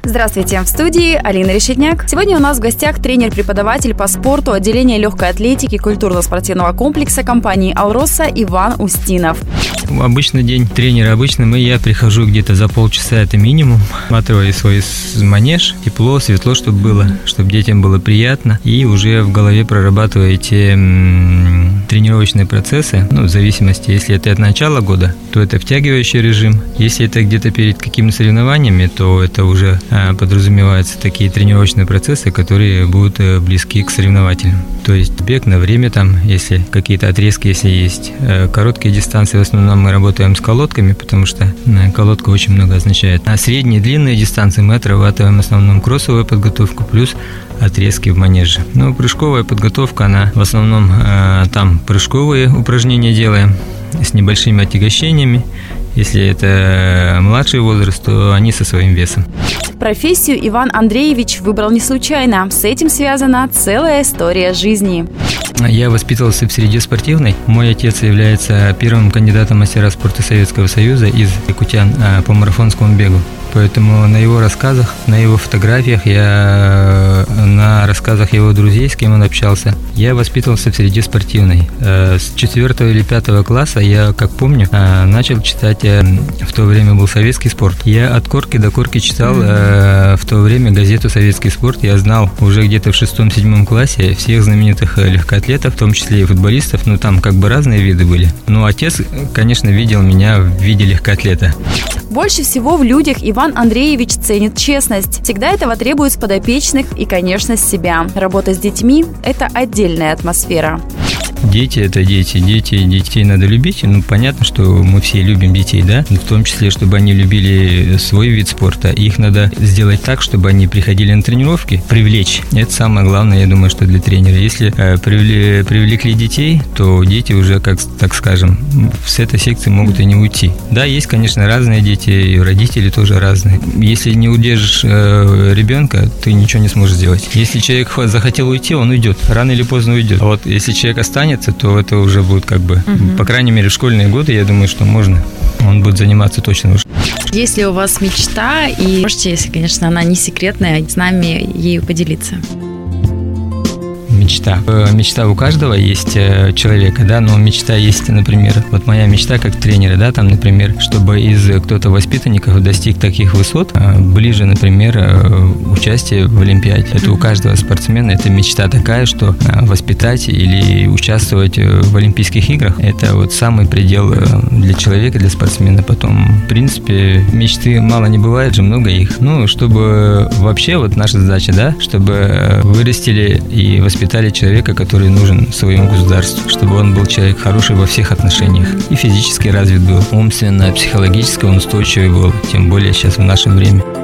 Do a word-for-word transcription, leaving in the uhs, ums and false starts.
Здравствуйте, в студии Алина Решетняк. Сегодня у нас в гостях тренер-преподаватель по спорту отделения легкой атлетики культурно-спортивного комплекса компании «Алроса» Иван Устинов. Обычный день тренера обычным, и я прихожу где-то за полчаса, это минимум. Осматриваю свой манеж, тепло, светло, чтобы было, чтобы детям было приятно. И уже в голове прорабатываю эти м- тренировочные процессы. Ну, в зависимости, если это от начала года, то это втягивающий режим. Если это где-то перед какими-то соревнованиями, то это уже а, подразумеваются такие тренировочные процессы, которые будут а, близки к соревновательным. То есть бег на время, там, если какие-то отрезки, если есть. А, короткие дистанции в основном мы работаем с колодками, потому что а, колодка очень много означает. А средние, длинные дистанции мы отрабатываем в основном кроссовую подготовку плюс отрезки в манеже. Ну, прыжковая подготовка, она в основном э, там прыжковые упражнения делаем с небольшими отягощениями. Если это младший возраст, то они со своим весом. Профессию Иван Андреевич выбрал не случайно. С этим связана целая история жизни. Я воспитывался в среде спортивной. Мой отец является первым кандидатом мастера спорта Советского Союза из якутян по марафонскому бегу. Поэтому на его рассказах, на его фотографиях, я, на рассказах его друзей, с кем он общался, я воспитывался в среде спортивной. С четвертого или пятого класса я, как помню, начал читать, в то время был «Советский спорт». Я от корки до корки читал в то время газету «Советский спорт». Я знал уже где-то в шестом-седьмом классе всех знаменитых легкоатлетов, в том числе и футболистов, но там как бы разные виды были. Но отец, конечно, видел меня в виде легкоатлета. Больше всего в людях Иван Андреевич ценит честность. Всегда этого требует с подопечных и, конечно, с себя. Работа с детьми – это отдельная атмосфера. Дети – это дети. Дети, детей надо любить. Ну, понятно, что мы все любим детей, да? В том числе, чтобы они любили свой вид спорта. Их надо сделать так, чтобы они приходили на тренировки, привлечь. Это самое главное, я думаю, что для тренера. Если э, привли, привлекли детей, то дети уже, как, так скажем, с этой секции могут и не уйти. Да, есть, конечно, разные дети, и родители тоже разные. Если не удержишь э, ребенка, ты ничего не сможешь сделать. Если человек захотел уйти, он уйдет. Рано или поздно уйдет. А вот если человек останется, то это уже будет как бы, uh-huh. по крайней мере, в школьные годы, я думаю, что можно, он будет заниматься точно уже. Есть ли у вас мечта, и можете, если, конечно, она не секретная, с нами ею поделиться? Мечта. Мечта у каждого есть человека, да, но мечта есть, например, вот моя мечта как тренера, да, там, например, чтобы из кто-то воспитанников достиг таких высот, ближе, например, участие в Олимпиаде. Это у каждого спортсмена, это мечта такая, что воспитать или участвовать в Олимпийских играх, это вот самый предел для человека, для спортсмена. Потом, в принципе, мечты мало не бывает же, много их. Ну, чтобы вообще вот наша задача, да, чтобы вырастили и воспитали человека, который нужен своему государству, чтобы он был человек хороший во всех отношениях. И физически развит был, умственно, психологически он устойчивый был, тем более сейчас в наше время.